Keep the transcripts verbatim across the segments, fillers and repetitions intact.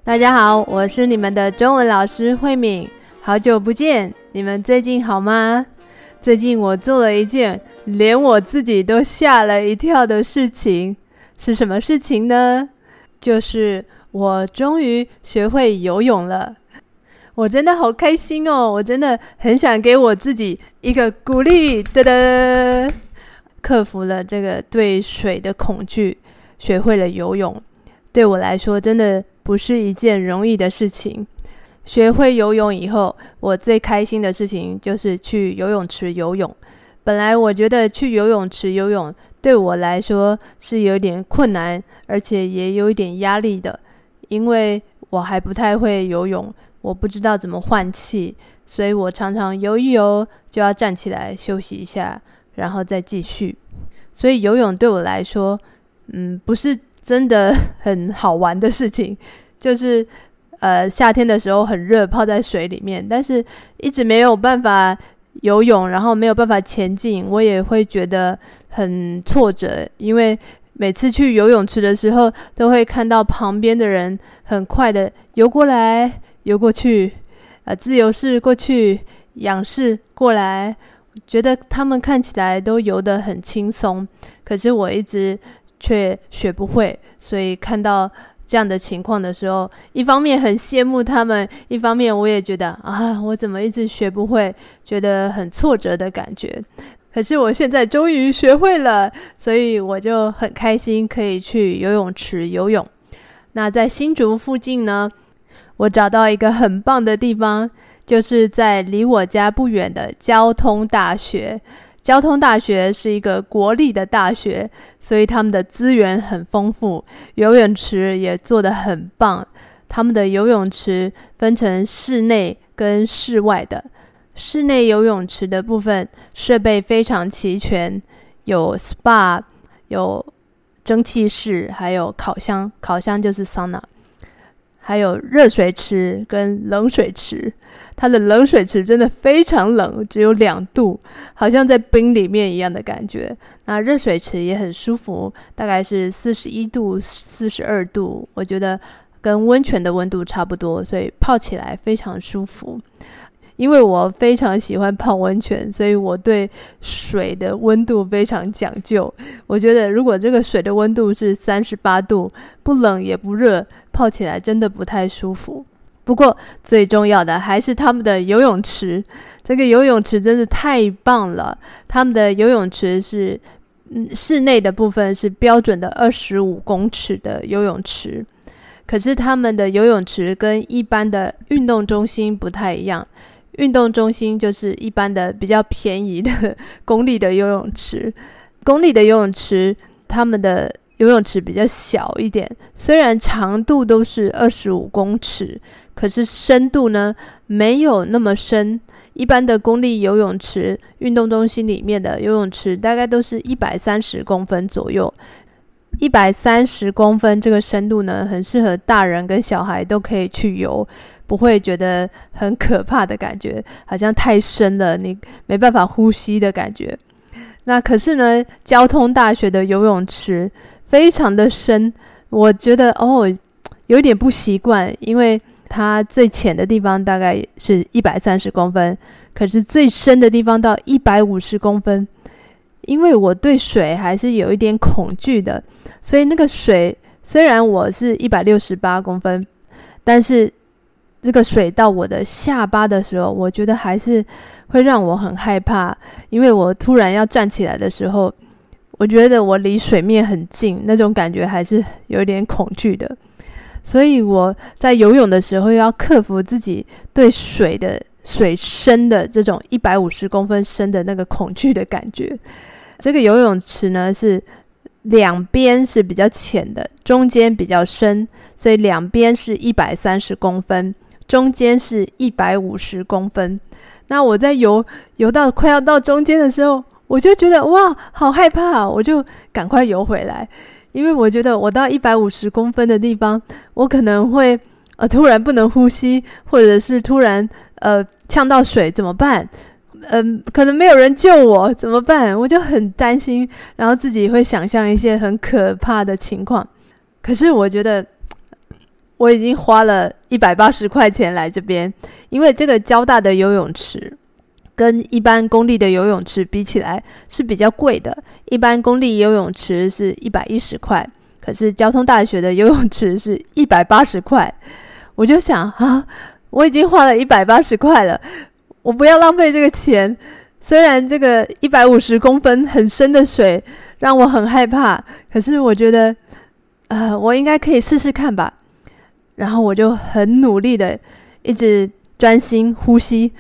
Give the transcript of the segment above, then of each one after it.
大家好，我是你们的中文老师慧敏，好久不见，你们最近好吗？最近我做了一件连我自己都吓了一跳的事情，是什么事情呢？就是我终于学会游泳了。我真的好开心哦，我真的很想给我自己一个鼓励，哒哒，克服了这个对水的恐惧，学会了游泳。对我来说真的不是一件容易的事情。学会游泳以后，我最开心的事情就是去游泳池游泳。本来我觉得去游泳池游泳对我来说是有点困难，而且也有一点压力的，因为我还不太会游泳，我不知道怎么换气，所以我常常游一游就要站起来休息一下，然后再继续。所以游泳对我来说嗯，不是真的很好玩的事情，就是呃夏天的时候很热，泡在水里面，但是一直没有办法游泳，然后没有办法前进，我也会觉得很挫折，因为每次去游泳池的时候都会看到旁边的人很快的游过来游过去，呃自由式过去，仰式过来，觉得他们看起来都游得很轻松，可是我一直却学不会，所以看到这样的情况的时候，一方面很羡慕他们，一方面我也觉得啊，我怎么一直学不会，觉得很挫折的感觉。可是我现在终于学会了，所以我就很开心可以去游泳池游泳。那在新竹附近呢，我找到一个很棒的地方，就是在离我家不远的交通大学。交通大学是一个国立的大学，所以他们的资源很丰富，游泳池也做得很棒。他们的游泳池分成室内跟室外的，室内游泳池的部分设备非常齐全，有 S P A， 有蒸汽室，还有烤箱，烤箱就是桑拿，还有热水池跟冷水池。它的冷水池真的非常冷，只有两度，好像在冰里面一样的感觉。那热水池也很舒服，大概是四十一度、四十二度，我觉得跟温泉的温度差不多，所以泡起来非常舒服。因为我非常喜欢泡温泉，所以我对水的温度非常讲究。我觉得如果这个水的温度是三十八度，不冷也不热，泡起来真的不太舒服。不过最重要的还是他们的游泳池，这个游泳池真是太棒了。他们的游泳池是、嗯、室内的部分是标准的二十五公尺的游泳池，可是他们的游泳池跟一般的运动中心不太一样。运动中心就是一般的比较便宜的公立的游泳池，公立的游泳池他们的游泳池比较小一点，虽然长度都是二十五公尺，可是深度呢没有那么深。一般的公立游泳池运动中心里面的游泳池大概都是一百三十公分左右，一百三十公分这个深度呢很适合大人跟小孩都可以去游，不会觉得很可怕的感觉，好像太深了你没办法呼吸的感觉。那可是呢交通大学的游泳池非常的深，我觉得哦有点不习惯，因为它最浅的地方大概是一百三十公分，可是最深的地方到一百五十公分。因为我对水还是有一点恐惧的，所以那个水虽然我是一百六十八公分，但是这个水到我的下巴的时候，我觉得还是会让我很害怕，因为我突然要站起来的时候，我觉得我离水面很近，那种感觉还是有点恐惧的。所以我在游泳的时候要克服自己对水的水深的这种一百五十公分深的那个恐惧的感觉。这个游泳池呢是两边是比较浅的，中间比较深，所以两边是一百三十公分，中间是一百五十公分。那我在游游到快要到中间的时候，我就觉得哇好害怕，我就赶快游回来，因为我觉得我到一百五十公分的地方，我可能会呃突然不能呼吸，或者是突然呃呛到水怎么办？嗯、呃，可能没有人救我怎么办？我就很担心，然后自己会想象一些很可怕的情况。可是我觉得我已经花了一百八十块钱来这边，因为这个交大的游泳池跟一般公立的游泳池比起来是比较贵的，一般公立游泳池是一百一十块，可是交通大学的游泳池是一百八十块。我就想啊，我已经花了一百八十块了，我不要浪费这个钱。虽然这个一百五十公分很深的水让我很害怕，可是我觉得呃，我应该可以试试看吧。然后我就很努力的一直专心呼吸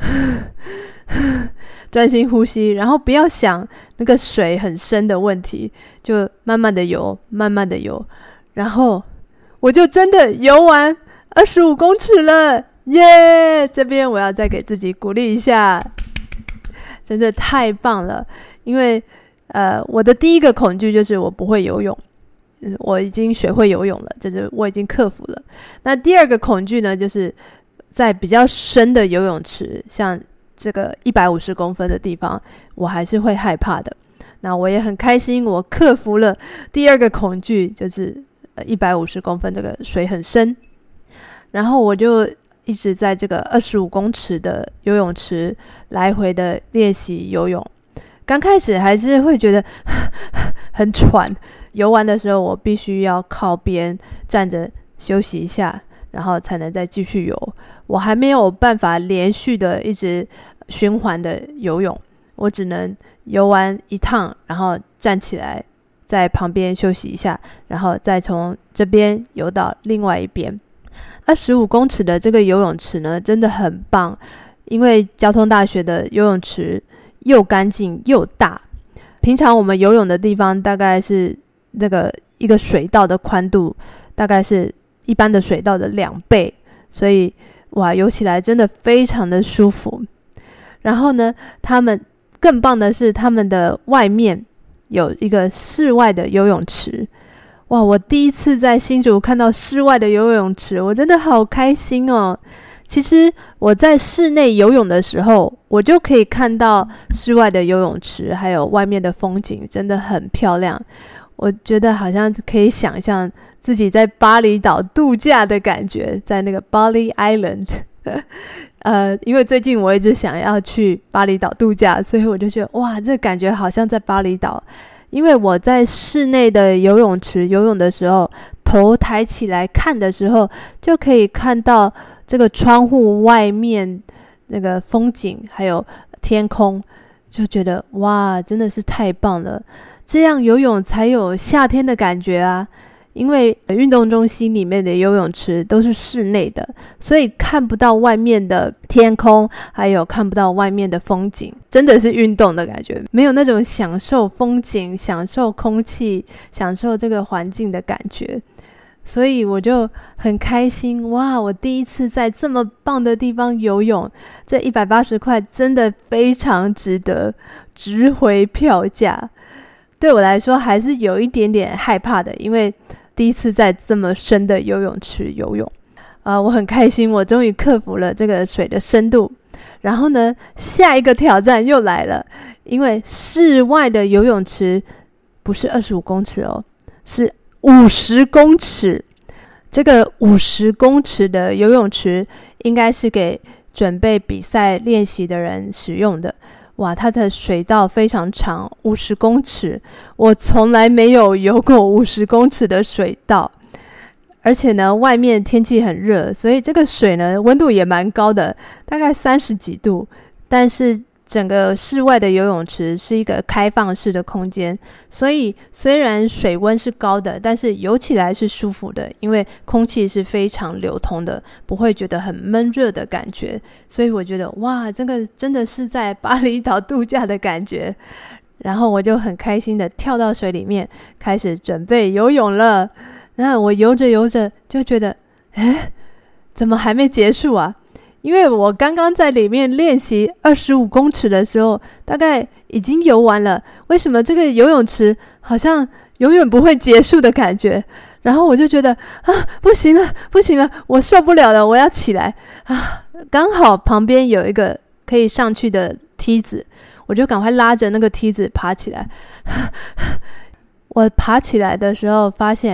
专心呼吸，然后不要想那个水很深的问题，就慢慢的游慢慢的游，然后我就真的游完二十五公尺了，耶！这边我要再给自己鼓励一下，真的太棒了。因为呃，我的第一个恐惧就是我不会游泳，嗯，我已经学会游泳了，就是我已经克服了。那第二个恐惧呢，就是在比较深的游泳池，像这个一百五十公分的地方，我还是会害怕的。那我也很开心，我克服了第二个恐惧，就是一百五十公分这个水很深。然后我就一直在这个二十五公尺的游泳池来回的练习游泳。刚开始还是会觉得很喘，游完的时候我必须要靠边站着休息一下，然后才能再继续游。我还没有办法连续的一直循环的游泳，我只能游完一趟，然后站起来在旁边休息一下，然后再从这边游到另外一边。二十五公尺的这个游泳池呢，真的很棒，因为交通大学的游泳池又干净又大。平常我们游泳的地方大概是那个一个水道的宽度大概是一般的水道的两倍，所以哇，游起来真的非常的舒服。然后呢，他们更棒的是他们的外面有一个室外的游泳池。哇，我第一次在新竹看到室外的游泳池，我真的好开心哦。其实我在室内游泳的时候，我就可以看到室外的游泳池还有外面的风景，真的很漂亮。我觉得好像可以想象自己在巴厘岛度假的感觉，在那个 Bali Island 呃，因为最近我一直想要去巴厘岛度假，所以我就觉得哇，这感觉好像在巴厘岛。因为我在室内的游泳池游泳的时候，头抬起来看的时候，就可以看到这个窗户外面那个风景还有天空，就觉得哇，真的是太棒了。这样游泳才有夏天的感觉啊。因为运动中心里面的游泳池都是室内的，所以看不到外面的天空，还有看不到外面的风景，真的是运动的感觉，没有那种享受风景、享受空气、享受这个环境的感觉。所以我就很开心，哇，我第一次在这么棒的地方游泳，这一百八十块真的非常值得，值回票价。对我来说还是有一点点害怕的，因为第一次在这么深的游泳池游泳，呃，我很开心，我终于克服了这个水的深度。然后呢，下一个挑战又来了，因为室外的游泳池不是二十五公尺哦，是五十公尺。这个五十公尺的游泳池应该是给准备比赛练习的人使用的。哇，它的水道非常长，五十公尺，我从来没有游过五十公尺的水道。而且呢，外面天气很热，所以这个水呢温度也蛮高的，大概三十几度。但是整个室外的游泳池是一个开放式的空间，所以虽然水温是高的，但是游起来是舒服的，因为空气是非常流通的，不会觉得很闷热的感觉。所以我觉得哇，这个真的是在巴厘岛度假的感觉。然后我就很开心的跳到水里面，开始准备游泳了。那我游着游着就觉得，诶，怎么还没结束啊？因为我刚刚在里面练习二十五公尺的时候，大概已经游完了，为什么这个游泳池好像永远不会结束的感觉？然后我就觉得啊，不行了不行了，我受不了了，我要起来啊！刚好旁边有一个可以上去的梯子，我就赶快拉着那个梯子爬起来。我爬起来的时候发现，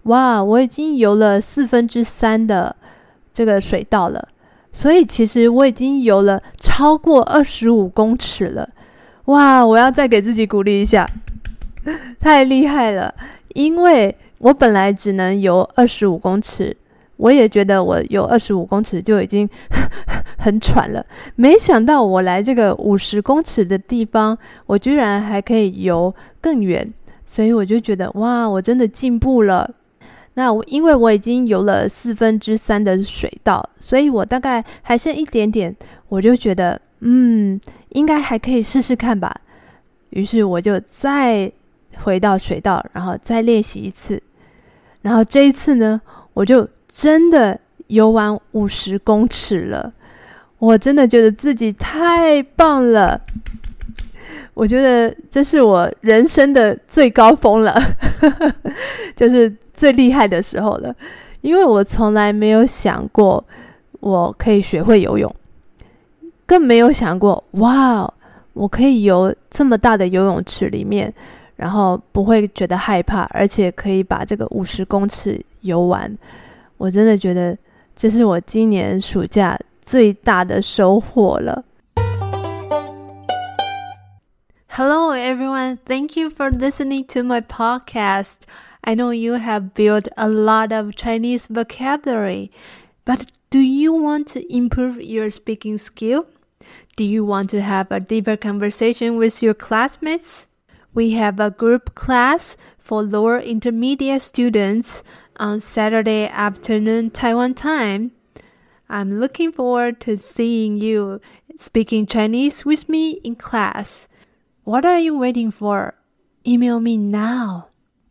哇，我已经游了四分之三的这个水道了，所以其实我已经游了超过二十五公尺了。哇，我要再给自己鼓励一下，太厉害了！因为我本来只能游二十五公尺，我也觉得我游二十五公尺就已经很喘了，没想到我来这个五十公尺的地方，我居然还可以游更远，所以我就觉得哇，我真的进步了。那我因为我已经游了四分之三的水道，所以我大概还剩一点点，我就觉得嗯，应该还可以试试看吧。于是我就再回到水道，然后再练习一次。然后这一次呢，我就真的游完五十公尺了。我真的觉得自己太棒了，我觉得这是我人生的最高峰了就是最厉害的时候了。因为我从来没有想过我可以学会游泳，更没有想过哇，我可以游这么大的游泳池里面，然后不会觉得害怕，而且可以把这个五十公尺游完。我真的觉得这是我今年暑假最大的收获了。Hello everyone, thank you for listening to my podcast. I know you have built a lot of Chinese vocabulary, but do you want to improve your speaking skill? Do you want to have a deeper conversation with your classmates? We have a group class for lower intermediate students on Saturday afternoon Taiwan time. I'm looking forward to seeing you speaking Chinese with me in class. What are you waiting for? Email me now.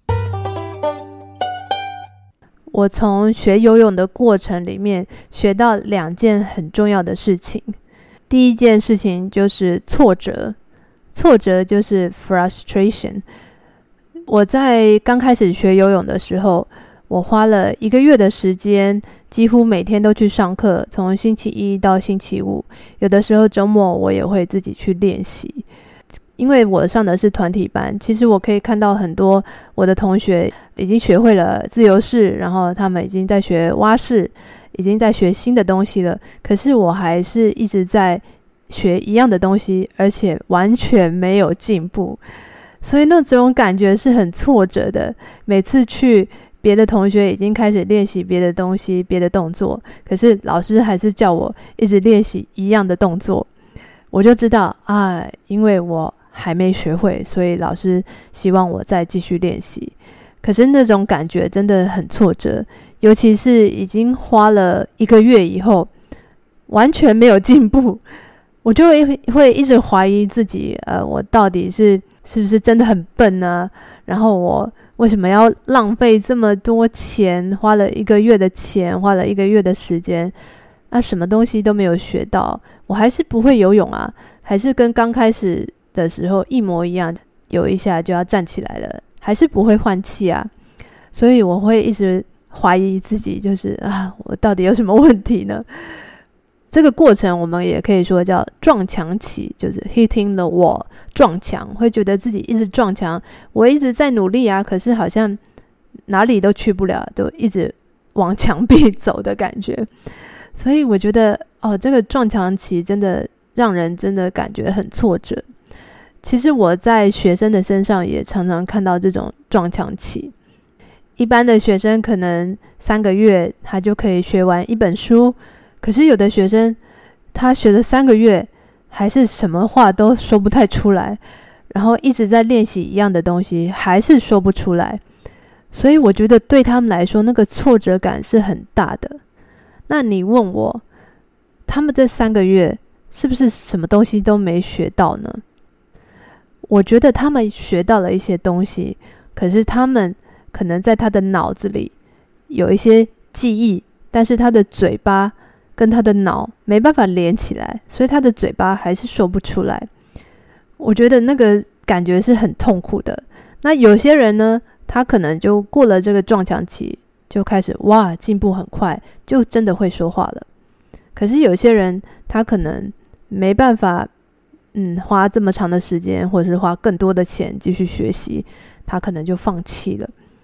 我从学游泳的过程里面学到两件很重要的事情。第一件事情就是挫折，挫折就是 frustration。我在刚开始学游泳的时候，我花了一个月的时间，几乎每天都去上课，从星期一到星期五，有的时候周末我也会自己去练习。因为我上的是团体班，其实我可以看到很多我的同学已经学会了自由式，然后他们已经在学蛙式，已经在学新的东西了，可是我还是一直在学一样的东西，而且完全没有进步，所以那种感觉是很挫折的。每次去别的同学已经开始练习别的东西，别的动作，可是老师还是叫我一直练习一样的动作，我就知道啊，因为我还没学会，所以老师希望我再继续练习。可是那种感觉真的很挫折，尤其是已经花了一个月以后，完全没有进步，我就会会一直怀疑自己，呃，我到底是是不是真的很笨呢？然后我为什么要浪费这么多钱，花了一个月的钱，花了一个月的时间，啊，什么东西都没有学到，我还是不会游泳啊，还是跟刚开始的时候一模一样，游一下就要站起来了，还是不会换气啊。所以我会一直怀疑自己，就是啊，我到底有什么问题呢？这个过程我们也可以说叫撞墙期，就是 hitting the wall， 撞墙，会觉得自己一直撞墙，我一直在努力啊，可是好像哪里都去不了，都一直往墙壁走的感觉。所以我觉得哦，这个撞墙期真的让人真的感觉很挫折。其实我在学生的身上也常常看到这种撞墙期。一般的学生可能三个月他就可以学完一本书，可是有的学生他学了三个月还是什么话都说不太出来，然后一直在练习一样的东西，还是说不出来。所以我觉得对他们来说那个挫折感是很大的。那你问我，他们这三个月是不是什么东西都没学到呢？我觉得他们学到了一些东西，可是他们可能在他的脑子里有一些记忆，但是他的嘴巴跟他的脑没办法连起来，所以他的嘴巴还是说不出来。我觉得那个感觉是很痛苦的。那有些人呢，他可能就过了这个撞墙期，就开始哇进步很快，就真的会说话了。可是有些人他可能没办法嗯，花这么长的时间，或者是花更多的钱继续学习，他可能就放弃了。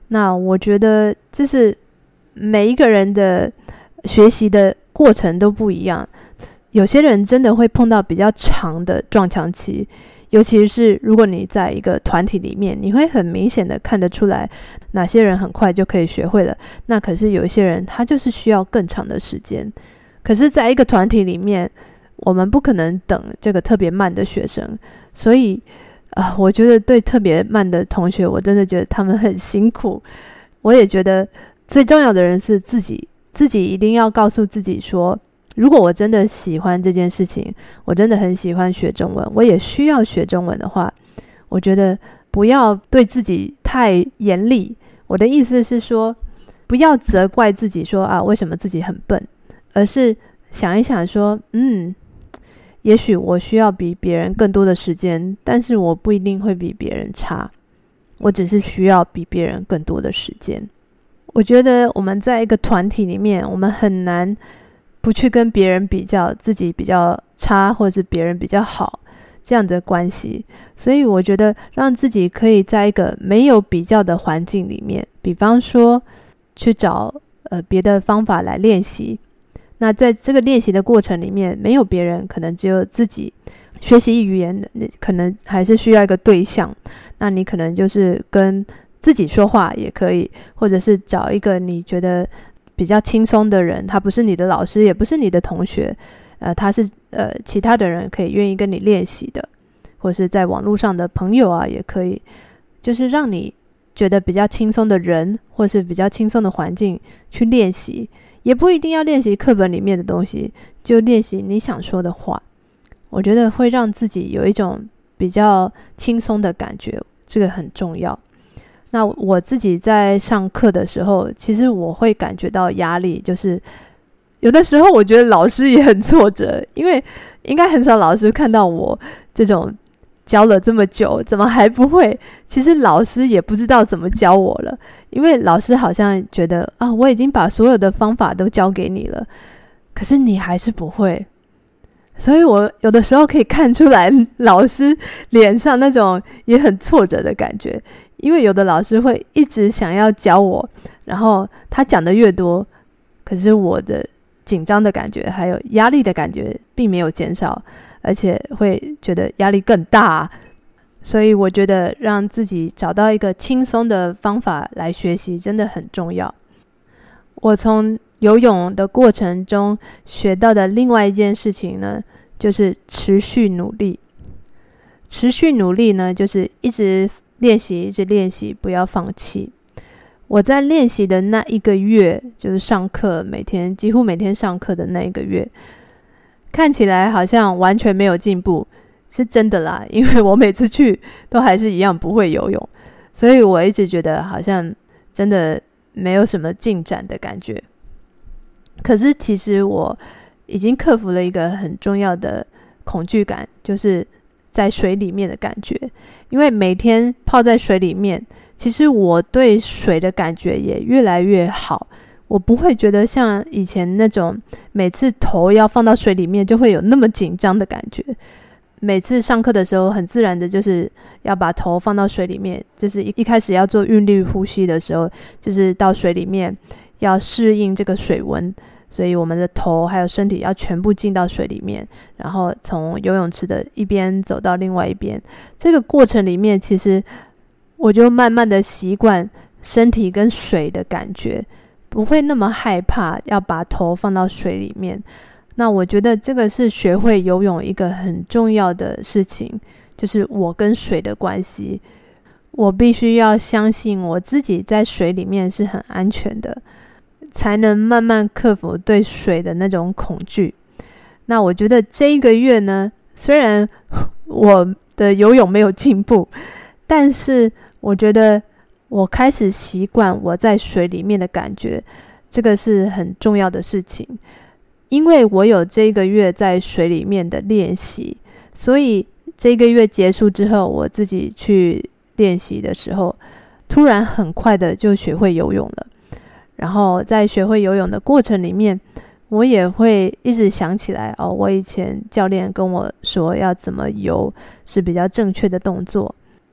那我觉得这是每一个人的学习的过程都不一样，有些人真的会碰到比较长的撞墙期，尤其是如果你在一个团体里面，你会很明显的看得出来哪些人很快就可以学会了，那可是有一些人他就是需要更长的时间。可是在一个团体里面，我们不可能等这个特别慢的学生，所以呃，我觉得对特别慢的同学，我真的觉得他们很辛苦。我也觉得最重要的人是自己，自己一定要告诉自己说，如果我真的喜欢这件事情，我真的很喜欢学中文，我也需要学中文的话，我觉得不要对自己太严厉。我的意思是说，不要责怪自己说啊，为什么自己很笨，而是想一想说，嗯，也许我需要比别人更多的时间，但是我不一定会比别人差，我只是需要比别人更多的时间。我觉得我们在一个团体里面，我们很难不去跟别人比较自己比较差或者是别人比较好这样的关系，所以我觉得让自己可以在一个没有比较的环境里面，比方说去找呃别的方法来练习。那在这个练习的过程里面，没有别人，可能只有自己。学习语言可能还是需要一个对象，那你可能就是跟自己说话也可以，或者是找一个你觉得比较轻松的人，他不是你的老师，也不是你的同学，呃，他是呃其他的人可以愿意跟你练习的，或是在网络上的朋友啊也可以，就是让你觉得比较轻松的人，或是比较轻松的环境去练习，也不一定要练习课本里面的东西，就练习你想说的话。我觉得会让自己有一种比较轻松的感觉，这个很重要。那我自己在上课的时候，其实我会感觉到压力，就是有的时候我觉得老师也很挫折，因为应该很少老师看到我这种教了这么久怎么还不会，其实老师也不知道怎么教我了，因为老师好像觉得啊，我已经把所有的方法都教给你了，可是你还是不会。所以我有的时候可以看出来老师脸上那种也很挫折的感觉，因为有的老师会一直想要教我，然后他讲的越多，可是我的紧张的感觉还有压力的感觉并没有减少，而且会觉得压力更大。所以我觉得让自己找到一个轻松的方法来学习真的很重要。我从游泳的过程中学到的另外一件事情呢，就是持续努力。持续努力呢，就是一直练习，一直练习，不要放弃。我在练习的那一个月，就是上课，每天几乎每天上课的那一个月，看起来好像完全没有进步，是真的啦，因为我每次去都还是一样不会游泳，所以我一直觉得好像真的没有什么进展的感觉。可是其实我已经克服了一个很重要的恐惧感，就是在水里面的感觉。因为每天泡在水里面，其实我对水的感觉也越来越好，我不会觉得像以前那种每次头要放到水里面就会有那么紧张的感觉。每次上课的时候很自然的就是要把头放到水里面，就是一开始要做韵律呼吸的时候，就是到水里面要适应这个水温，所以我们的头还有身体要全部进到水里面，然后从游泳池的一边走到另外一边。这个过程里面，其实我就慢慢的习惯身体跟水的感觉，不会那么害怕要把头放到水里面。那我觉得这个是学会游泳一个很重要的事情，就是我跟水的关系。我必须要相信我自己在水里面是很安全的，才能慢慢克服对水的那种恐惧。那我觉得这一个月呢，虽然我的游泳没有进步，但是我觉得我开始习惯我在水里面的感觉，这个是很重要的事情。因为我有这一个月在水里面的练习，所以这个月结束之后，我自己去练习的时候，突然很快的就学会游泳了。然后在学会游泳的过程里面，我也会一直想起来哦，我以前教练跟我说要怎么游是比较正确的动作。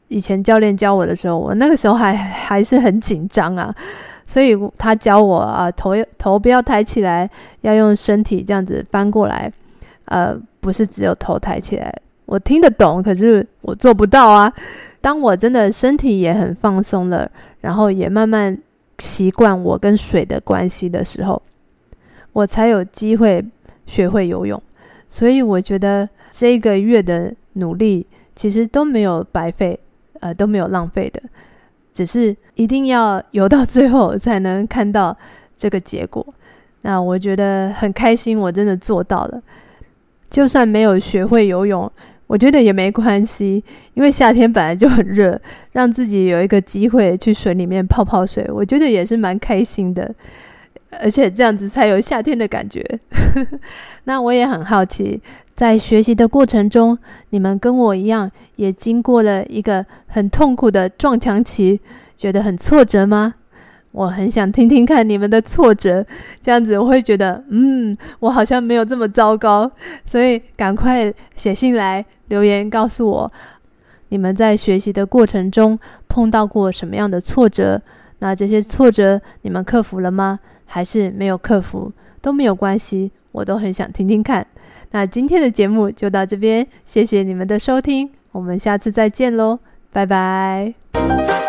以前教练教我的时候，我那个时候还还是很紧张啊，所以他教我啊，头头不要抬起来，要用身体这样子翻过来，呃，不是只有头抬起来。我听得懂，可是我做不到啊。当我真的身体也很放松了，然后也慢慢习惯我跟水的关系的时候，我才有机会学会游泳。所以我觉得这个月的努力其实都没有白费，呃，都没有浪费的，只是一定要游到最后才能看到这个结果。那我觉得很开心，我真的做到了。就算没有学会游泳，我觉得也没关系，因为夏天本来就很热，让自己有一个机会去水里面泡泡水，我觉得也是蛮开心的，而且这样子才有夏天的感觉。那我也很好奇，在学习的过程中，你们跟我一样也经过了一个很痛苦的撞墙期，觉得很挫折吗？我很想听听看你们的挫折，这样子我会觉得嗯，我好像没有这么糟糕，所以赶快写信来留言告诉我，你们在学习的过程中碰到过什么样的挫折，那这些挫折你们克服了吗？还是没有克服？都没有关系，我都很想听听看。那今天的节目就到这边，谢谢你们的收听，我们下次再见咯，拜拜。